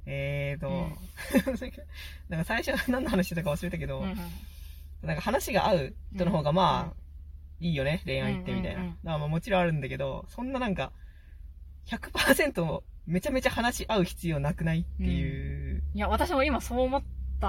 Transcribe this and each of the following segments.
なんか最初何の話してたか忘れたけど、なんか話が合う人の方がまあ、いいよね、恋愛ってみたいな。まあもちろんあるんだけど、そんななんか、100% めちゃめちゃ話合う必要なくないっていう。 いや、私も今そう思った。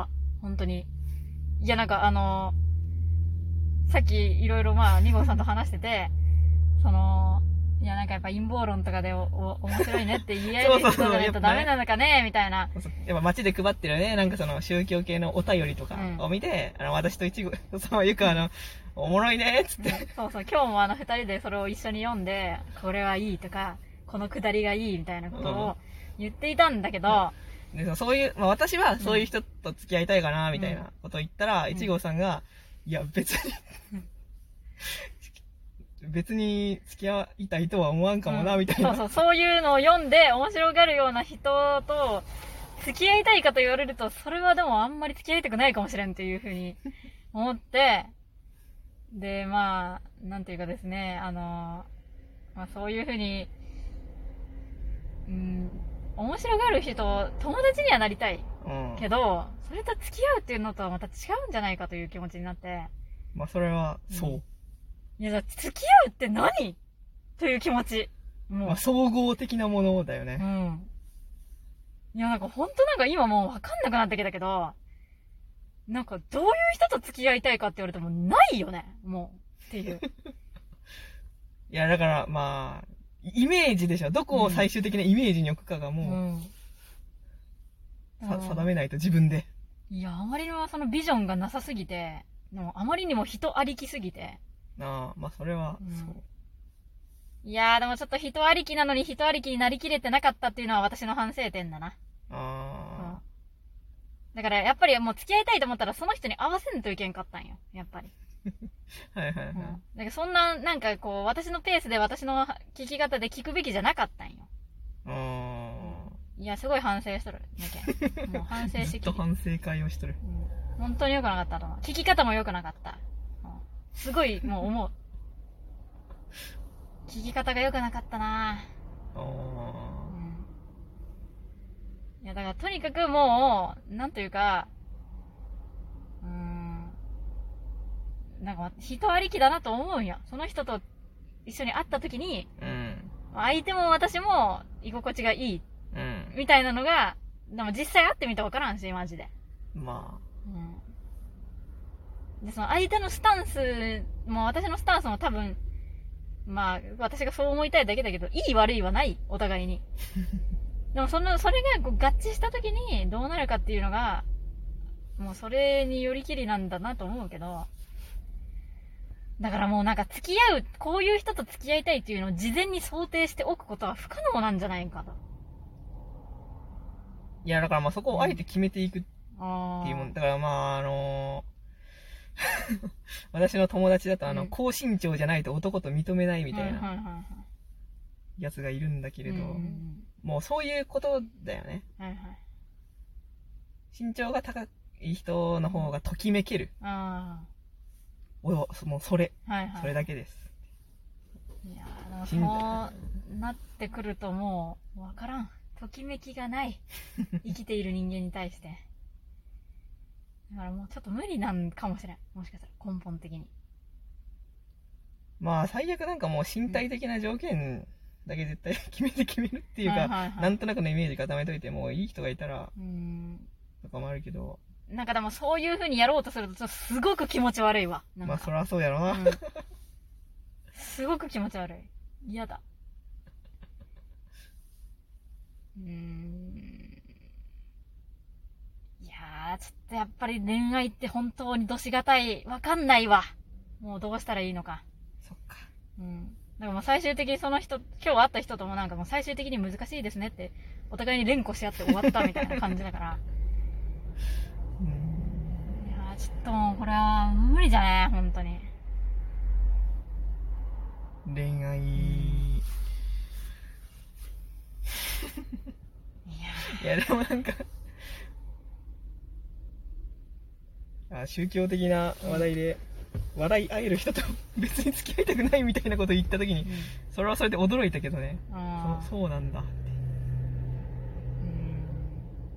本当に。いや、なんかさっきいろいろ2号さんと話してて、いや、なんかやっぱ陰謀論とかで面白いねって言える人じゃないとダメなのかねみたいな。 やっぱ街で配ってるね、なんかその宗教系のお便りとかを見て、私といちごさんはよくおもろいねっつって。 そうそう、今日も二人でそれを一緒に読んで、これはいいとか、このくだりがいいみたいなことを言っていたんだけど、 でそういう、私はそういう人と付き合いたいかなみたいなことを言ったら、いちごさんが、いや別に別に付き合いたいとは思わんかもな、みたいな、 そういうのを読んで面白がるような人と付き合いたいかと言われると、それはでもあんまり付き合いたくないかもしれんというふうに思って、で、なんていうかですね、そういうふうに、面白がる人、友達にはなりたいけど、それと付き合うっていうのとはまた違うんじゃないかという気持ちになって。 それは、そう。 いや、付き合うって何という気持ち。 もう。総合的なものだよね。 いや、なんかほんとなんか今もうわかんなくなってきたけど、なんかどういう人と付き合いたいかって言われてもないよね。もう。っていう。 いや、だからイメージでしょ。どこを最終的なイメージに置くかがもう、定めないと自分で。 いや、あまりにもそのビジョンがなさすぎて、あまりにも人ありきすぎて。 それは、そう。 いやー、でもちょっと人ありきなのに人ありきになりきれてなかったっていうのは私の反省点だな。だからやっぱりもう付き合いたいと思ったらその人に合わせんといけんかったんよ。やっぱり。 はいはいはい。 だからそんな、なんかこう、私のペースで私の聞き方で聞くべきじゃなかったんよ。いや、すごい反省しとる。もう反省しずっと反省会をしとる。 本当に良くなかったと思う。聞き方も良くなかった。すごい、もう思う。聞き方が良くなかったなぁ。いや、だからとにかくもう、なんというか、なんか人ありきだなと思うんよ。その人と一緒に会った時に、相手も私も居心地がいい、みたいなのが、でも実際会ってみてわからんし、マジで。で、その相手のスタンスも私のスタンスも多分、私がそう思いたいだけだけど、いい悪いはない、お互いに。でもそれがこう合致した時にどうなるかっていうのが、もうそれによりきりなんだなと思うけど、だからもうなんか付き合う、こういう人と付き合いたいっていうのを事前に想定しておくことは不可能なんじゃないかと。 いや、だからそこをあえて決めていくっていうもん。だから私の友達だと高身長じゃないと男と認めないみたいなやつがいるんだけれど、もうそういうことだよね。身長が高い人の方がときめける。もうそれだけです。 いやー、でもそうなってくるともうわからん。ときめきがない生きている人間に対して。だからもうちょっと無理なんかもしれん。もしかしたら根本的に。 最悪なんかもう身体的な条件だけ絶対決めるっていうか、なんとなくのイメージ固めといてもいい人がいたらとかもあるけど、 なんかでもそういう風にやろうとするとちょっとすごく気持ち悪いわ。 そりゃそうやろな、 すごく気持ち悪い。嫌だ。いやー、ちょっとやっぱり恋愛って本当にどしがたい。わかんないわ。もうどうしたらいいのか。 そっか。 だからもう最終的にその人、今日会った人ともなんかもう最終的に難しいですねって、お互いに連呼し合って終わったみたいな感じだから。いやー、ちょっともうこれは無理じゃね本当に。 恋愛。いやでもなんか宗教的な話題で、笑い合える人と別に付き合いたくないみたいなこと言った時に、それはそれで驚いたけどね。そうなんだって。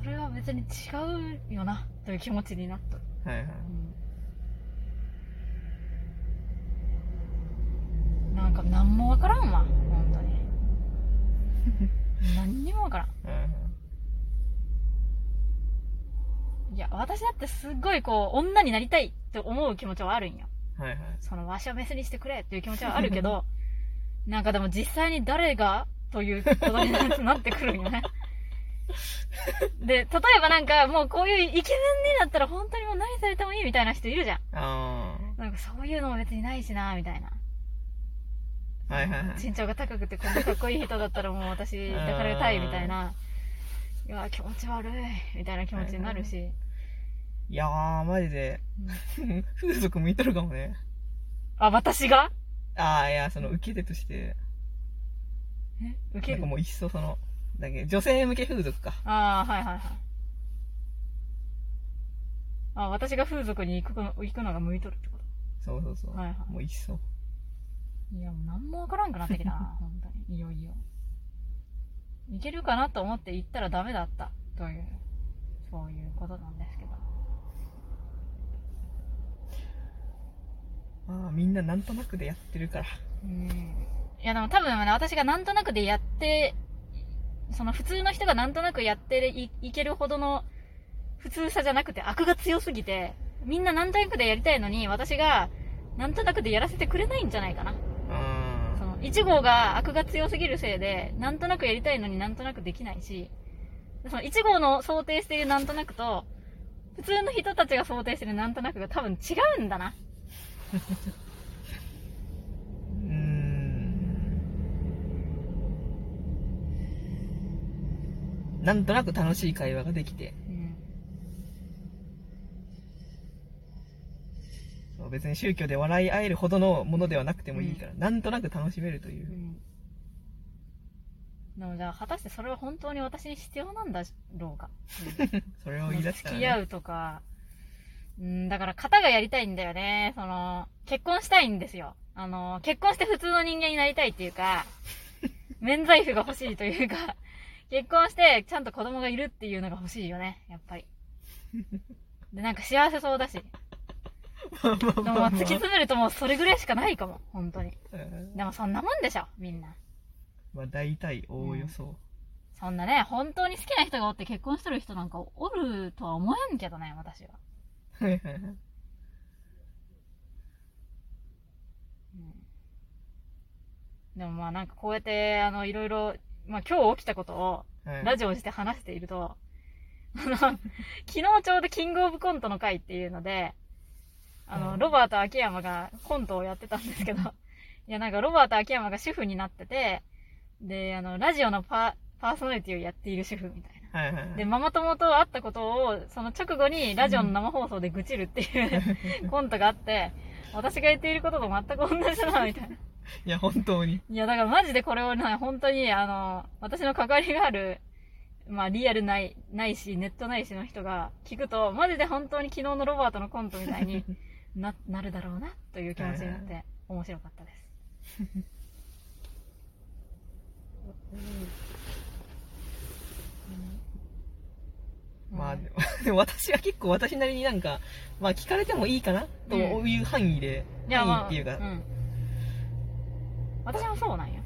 れは別に違うよなという気持ちになった。 はいはい。 なんか何もわからんわ、本当に。何にもわからん。いや、私だってすっごいこう、女になりたいって思う気持ちはあるんよ。 はいはい。 その、わしをメスにしてくれっていう気持ちはあるけど、なんかでも実際に誰がということになってくるんよね。で、例えばなんか、もうこういうイケメンになったら本当にもう何されてもいいみたいな人いるじゃん。なんかそういうのも別にないしな、みたいな。 はいはいはい。 身長が高くてこんなかっこいい人だったらもう私抱かれたいみたいな。いや、気持ち悪い、みたいな気持ちになるし。 いやー、マジで、風俗向いとるかもね。 あ、私が？ いや、その受け手として。 受ける？ なんかもう一層だけ女性向け風俗か。 はいはいはい。私が風俗に行くのが向いとるってこと？ そうそうそう。はいはい。もう一層。 いや、もう何もわからんくなってきたな、本当に。いよいよ。いけるかなと思って行ったらダメだった、という、そういうことなんですけど。 みんななんとなくでやってるから。 いやでも多分ね、私がなんとなくでやって、その普通の人がなんとなくやっていけるほどの普通さじゃなくて悪が強すぎて、みんななんとなくでやりたいのに、私がなんとなくでやらせてくれないんじゃないかな。その1号が悪が強すぎるせいで、なんとなくやりたいのになんとなくできないし、その1号の想定しているなんとなくと、普通の人たちが想定しているなんとなくが多分違うんだな。 なんとなく楽しい会話ができて、そう別に宗教で笑い合えるほどのものではなくてもいいから、なんとなく楽しめるという、 でもじゃあ果たしてそれは本当に私に必要なんだろうか。 それを言い出したら、 付き合うとか、だから型がやりたいんだよね。結婚したいんですよ。結婚して普通の人間になりたいっていうか、免罪符が欲しいというか、結婚してちゃんと子供がいるっていうのが欲しいよね、やっぱり。で、なんか幸せそうだし。でも突き詰めるともうそれぐらいしかないかも、本当に。でもそんなもんでしょ、みんな。 大体おおよそ、 そんなね、本当に好きな人がおって結婚してる人なんかおるとは思えんけどね、私は。でもまあなんかこうやっていろいろ、まあ今日起きたことをラジオして話していると、昨日ちょうどキングオブコントの回っていうので、ロバート秋山がコントをやってたんですけど、いやなんかロバート秋山が主婦になってて、で、ラジオのパーソナリティをやっている主婦みたいな。で、ママ友と会ったことを、その直後にラジオの生放送で愚痴るっていうコントがあって、私が言っていることと全く同じだな、みたいな。 いや、本当に。 いや、だからマジでこれをね、本当に、私の関わりがある、まあ、リアルないし、ネットないしの人が聞くと、マジで本当に昨日のロバートのコントみたいになるだろうな、という気持ちになって、面白かったです。 まあ、でも私は結構私なりになんか、まあ聞かれてもいいかなという範囲で、範囲っていうか、 私もそうなんよ。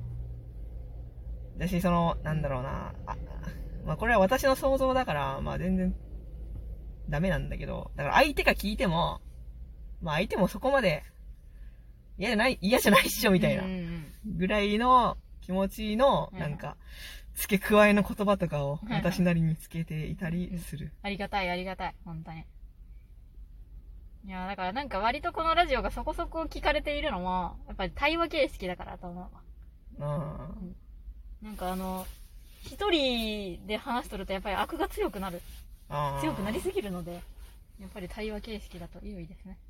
だし、なんだろうな、まあこれは私の想像だから、まあ全然、ダメなんだけど、だから相手が聞いても、まあ相手もそこまで、嫌じゃないっしょみたいな、ぐらいの気持ちの、なんか、付け加えの言葉とかを私なりにつけていたりする。 ありがたい、本当に。いや、だからなんか割とこのラジオがそこそこ聞かれているのも、やっぱり対話形式だからと思うわ。なんか一人で話しとるとやっぱり悪が強くなる。強くなりすぎるので、やっぱり対話形式だと良いですね。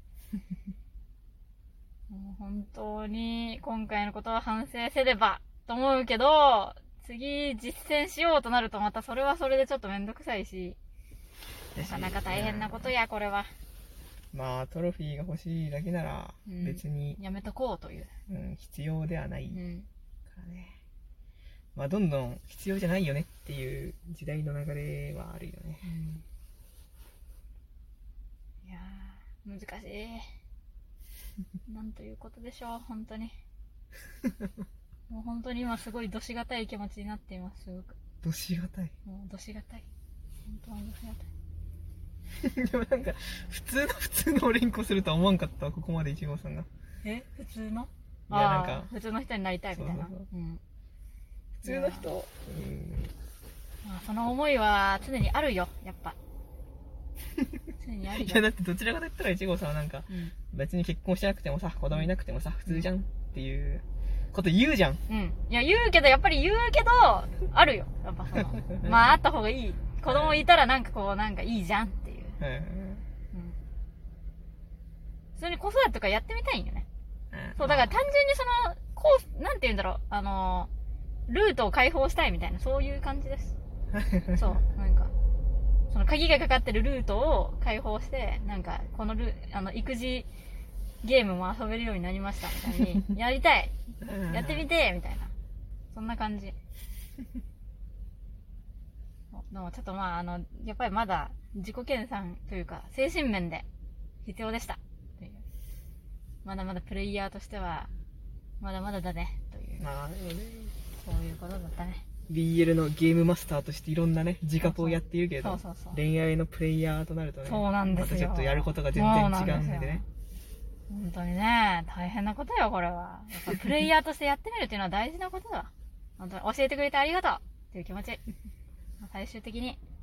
もう本当に今回のことは反省せればと思うけど、次実践しようとなるとまたそれはそれでちょっとめんどくさいし、なかなか大変なことや、これは。 まあトロフィーが欲しいだけなら別に、 やめとこうという、 必要ではないからね。 まあどんどん必要じゃないよねっていう時代の流れはあるよね。 いやー、難しい。なんということでしょう、本当に。もう本当に今すごいどしがたい気持ちになっています、すごく。 どしがたい。 もうどしがたい。本当にどしがたい。 でもなんか普通の連呼するとは思わんかったわ、ここまでいちごさんが。 普通の？ いやなんか普通の人になりたいみたいな。 そう普通の人、 まあ、その思いは常にあるよ、やっぱ。常にあるよ。 いやだってどちらかと言ったらいちごさんはなんか、別に結婚しなくてもさ、子供いなくてもさ、普通じゃんっていうこと言うじゃん。 いや言うけど、やっぱり言うけど、あるよ。やっぱその、まああった方がいい。子供いたらなんかこう、なんかいいじゃんっていう。普通に子育てとかやってみたいんよね。そう、だから単純にその、なんて言うんだろう、ルートを開放したいみたいな、そういう感じです。そう、なんか、その鍵がかかってるルートを開放して、なんか、この育児ゲームも遊べるようになりましたみたいに、やりたいやってみてみたいな。そんな感じ。でもちょっとまあ、やっぱりまだ自己研鑽というか、精神面で必要でした。という。まだまだプレイヤーとしては、まだまだだね、という。 まあでもね、 そういうことだったね。 BL のゲームマスターとしていろんなね、自覚をやっているけど、恋愛のプレイヤーとなるとね、 そうなんですよ。 またちょっとやることが全然違うんでね。 本当にね、大変なことよ、これは。やっぱプレイヤーとしてやってみるっていうのは大事なことだ。本当に教えてくれてありがとうっていう気持ち。最終的に